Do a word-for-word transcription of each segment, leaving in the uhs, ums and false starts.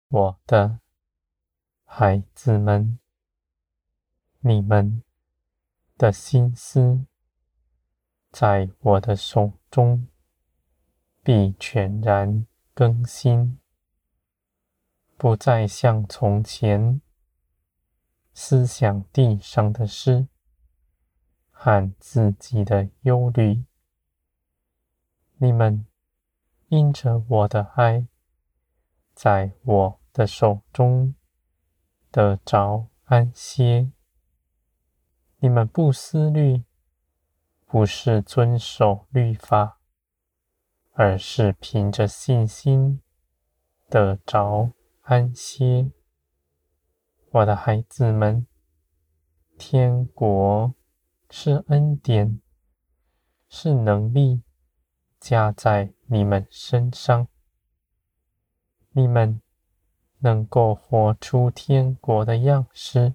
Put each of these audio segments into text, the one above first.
我的孩子们，你们的心思在我的手中必全然更新，不再像从前思想地上的事和自己的忧虑。你们因着我的爱，在我的手中得着安歇。你们不思虑，不是遵守律法，而是凭着信心得着安歇。我的孩子们，天国是恩典，是能力加在你们身上。你们能够活出天国的样式，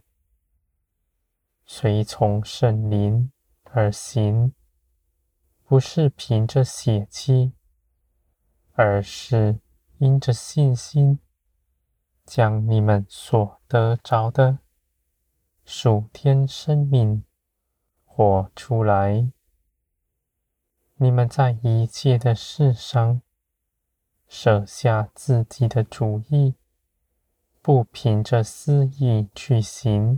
随从圣灵而行，不是凭着血气，而是因着信心，将你们所得着的属天生命活出来。你们在一切的事上舍下自己的主意，不凭着私意去行，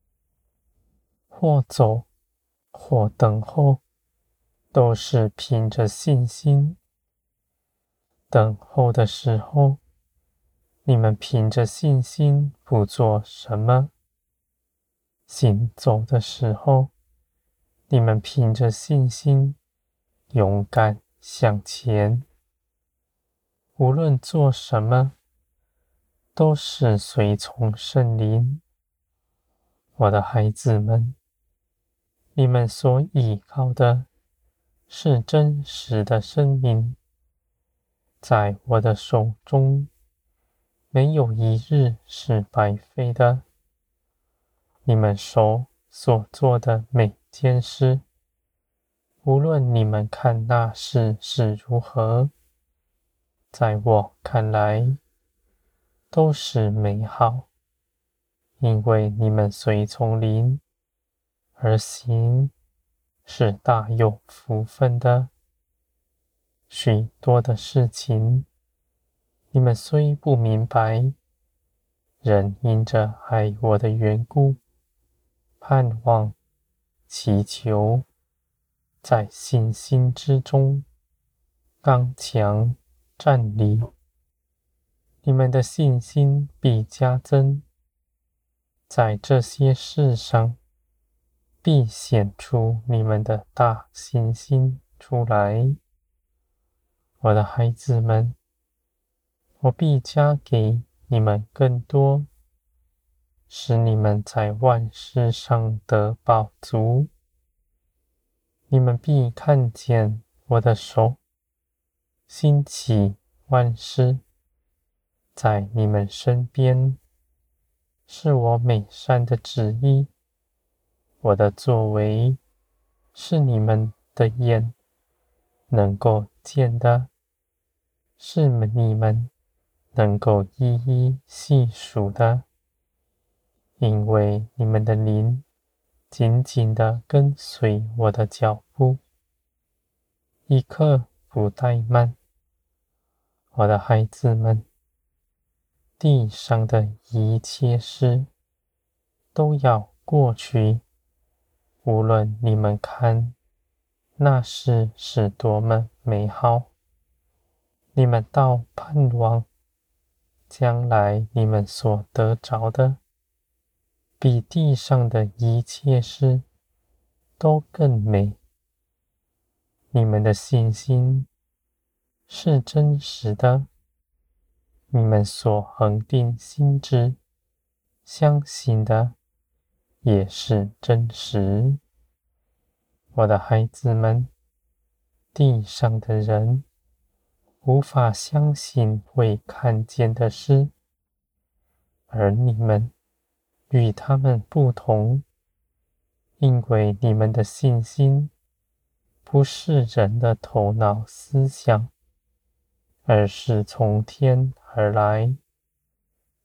或走或等候，都是凭着信心。等候的时候，你们凭着信心不做什么；行走的时候，你们凭着信心勇敢向前。无论做什么，都是随从圣灵。我的孩子们，你们所依靠的是真实的生命，在我的手中，没有一日是白费的。你们手所做的每件事，无论你们看那事是如何，在我看来都是美好，因为你们随从灵而行，是大有福分的。许多的事情，你们虽不明白，仍因着爱我的缘故，盼望、祈求，在信心之中刚强站立。你们的信心必加增，在这些事上必显出你们的大信心出来。我的孩子们，我必加给你们更多，使你们在万事上得饱足。你们必看见我的手兴起万事，在你们身边，是我美善的旨意。我的作为是你们的眼能够见的，是你们能够一一细数的，因为你们的灵紧紧地跟随我的脚步，一刻不怠慢。我的孩子们，地上的一切事都要过去，无论你们看那事是多么美好，你们倒盼望将来你们所得着的，比地上的一切事都更美。你们的信心是真实的，你们所恒定心志相信的也是真实。我的孩子们，地上的人无法相信未看见的事，而你们与他们不同，因为你们的信心不是人的头脑思想，而是从天而来。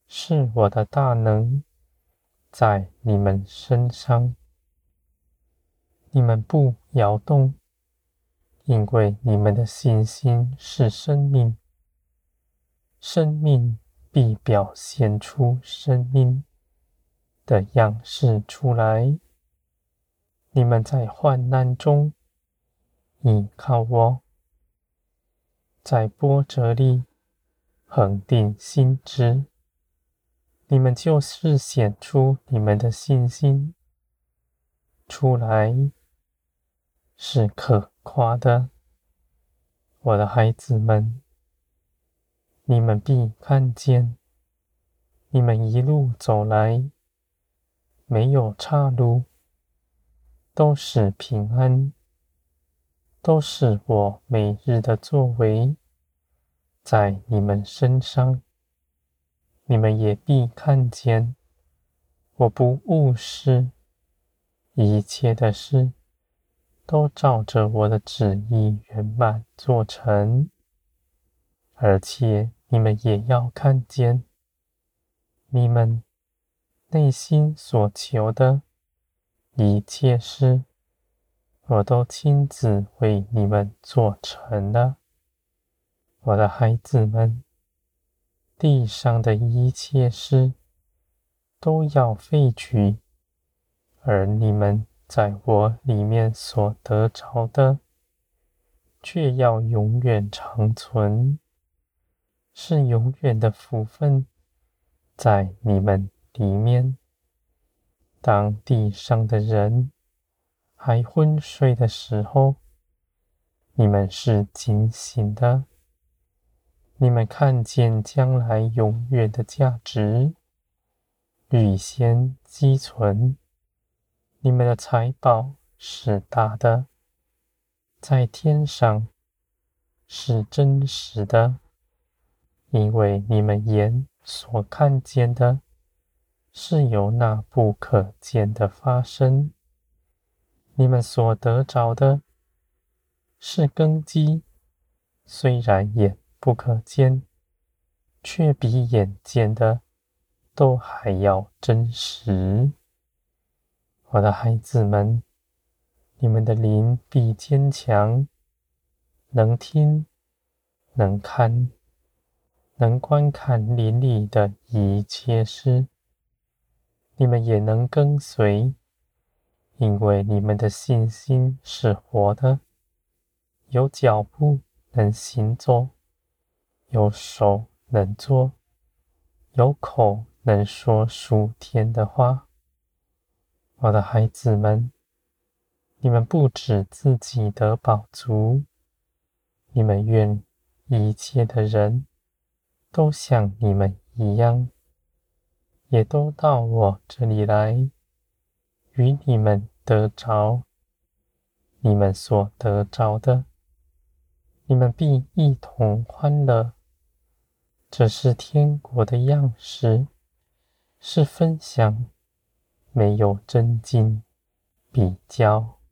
是我的大能在你们身上。你们不摇动，因为你们的信心是生命，生命必表现出生命的样式出来。你们在患难中倚靠我，在波折里恒定心志，你们就是显出你们的信心出来，是可夸的。我的孩子们，你们必看见，你们一路走来，没有岔路，都是平安，都是我每日的作为，在你们身上。你们也必看见，我不误事，一切的事都照着我的旨意圆满做成。而且你们也要看见，你们内心所求的一切事，我都亲自为你们做成了。我的孩子们，地上的一切事都要废去，而你们在我里面所得着的，却要永远长存，是永远的福分在你们里面。当地上的人还昏睡的时候，你们是警醒的，你们看见将来永远的价值，预先积存。你们的财宝是大的，在天上是真实的，因为你们眼所看见的，是有那不可见的发生。你们所得着的，是根基，虽然眼不可见，却比眼见的都还要真实。我的孩子们，你们的灵必坚强，能听，能看，能观看灵里的一切事。你们也能跟随，因为你们的信心是活的，有脚步能行走，有手能做，有口能说属天的话。我的孩子们，你们不止自己得饱足，你们愿一切的人都像你们一样，也都到我这里来，与你们得着你们所得着的，你们必一同欢乐。这是天国的样式，是分享，没有争竞比较。